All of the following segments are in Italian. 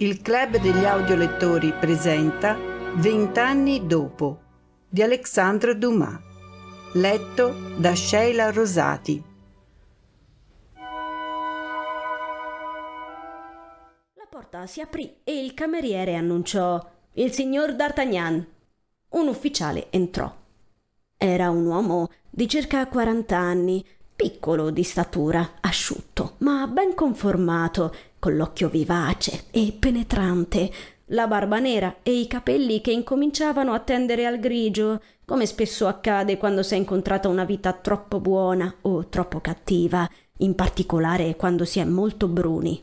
Il Club degli Audiolettori presenta 20 anni dopo di Alexandre Dumas, letto da Sheila Rosati. La porta si aprì e il cameriere annunciò: «Il signor D'Artagnan». Un ufficiale entrò. Era un uomo di circa 40 anni, piccolo di statura, asciutto, ma ben conformato, con l'occhio vivace e penetrante, la barba nera e i capelli che incominciavano a tendere al grigio, come spesso accade quando si è incontrata una vita troppo buona o troppo cattiva, in particolare quando si è molto bruni.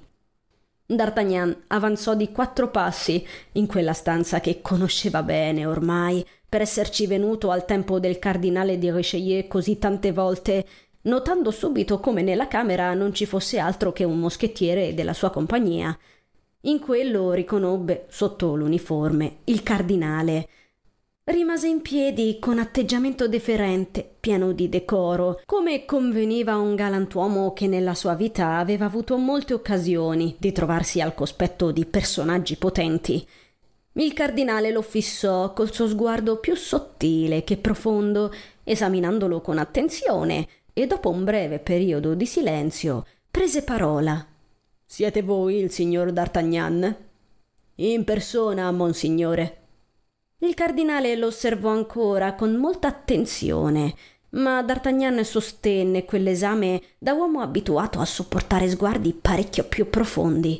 D'Artagnan avanzò di 4 passi in quella stanza che conosceva bene ormai, per esserci venuto al tempo del cardinale di Richelieu così tante volte, notando subito come nella camera non ci fosse altro che un moschettiere della sua compagnia. In quello riconobbe, sotto l'uniforme, il cardinale. Rimase in piedi con atteggiamento deferente, pieno di decoro, come conveniva a un galantuomo che nella sua vita aveva avuto molte occasioni di trovarsi al cospetto di personaggi potenti. Il cardinale lo fissò col suo sguardo più sottile che profondo, esaminandolo con attenzione, e dopo un breve periodo di silenzio prese parola. «Siete voi il signor D'Artagnan?» «In persona, monsignore». Il cardinale lo osservò ancora con molta attenzione, ma D'Artagnan sostenne quell'esame da uomo abituato a sopportare sguardi parecchio più profondi.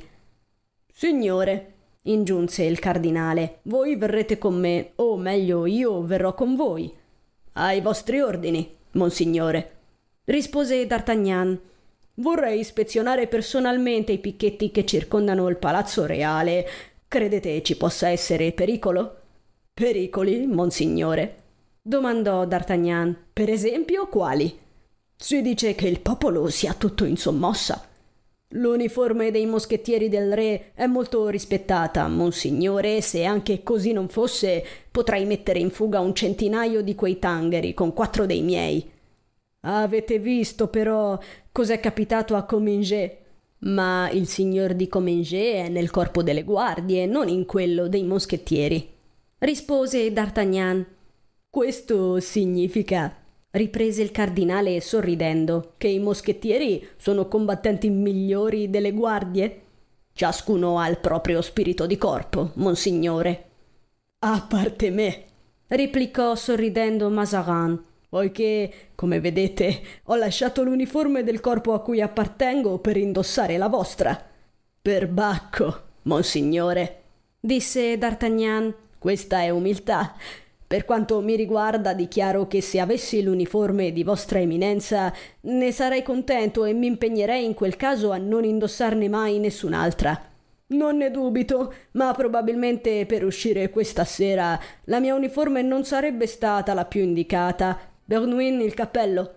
«Signore», ingiunse il cardinale, «voi verrete con me, o meglio io verrò con voi». «Ai vostri ordini, monsignore», rispose D'Artagnan. «Vorrei ispezionare personalmente i picchetti che circondano il palazzo reale. Credete ci possa essere pericolo?» «Pericoli, monsignore?» domandò D'Artagnan. «Per esempio, quali?» «Si dice che il popolo sia tutto in sommossa». «L'uniforme dei moschettieri del re è molto rispettata, monsignore, e se anche così non fosse, potrei mettere in fuga un centinaio di quei tangheri con 4 dei miei». «Avete visto, però, cos'è capitato a Comminges?» «Ma il signor di Comminges è nel corpo delle guardie, non in quello dei moschettieri», rispose D'Artagnan. «Questo significa», riprese il cardinale sorridendo, «che i moschettieri sono combattenti migliori delle guardie?» «Ciascuno ha il proprio spirito di corpo, monsignore». «A parte me», replicò sorridendo Mazarin, «poiché, come vedete, ho lasciato l'uniforme del corpo a cui appartengo per indossare la vostra». «Per Bacco, monsignore», disse D'Artagnan, «questa è umiltà. Per quanto mi riguarda, dichiaro che se avessi l'uniforme di vostra eminenza ne sarei contento e mi impegnerei in quel caso a non indossarne mai nessun'altra. Non ne dubito, ma probabilmente per uscire questa sera la mia uniforme non sarebbe stata la più indicata. Bernouin, il cappello».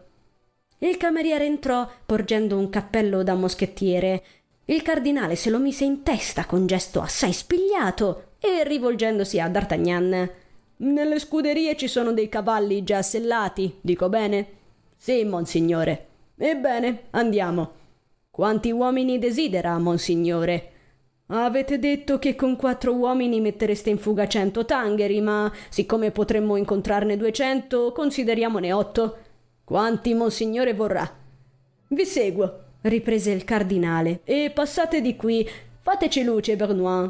Il cameriere entrò porgendo un cappello da moschettiere. Il cardinale se lo mise in testa con gesto assai spigliato e, rivolgendosi a D'Artagnan: «Nelle scuderie ci sono dei cavalli già sellati, dico bene?» «Sì, monsignore». «Ebbene, andiamo». «Quanti uomini desidera, monsignore?» «Avete detto che con 4 uomini mettereste in fuga 100 tangheri, ma siccome potremmo incontrarne 200, consideriamone 8. Quanti monsignore vorrà?» «Vi seguo», riprese il cardinale, «e passate di qui. Fateci luce, Bernouin».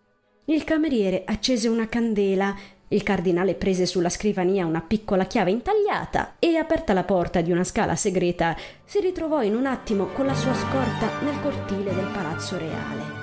Il cameriere accese una candela. Il cardinale prese sulla scrivania una piccola chiave intagliata e, aperta la porta di una scala segreta, si ritrovò in un attimo con la sua scorta nel cortile del palazzo reale.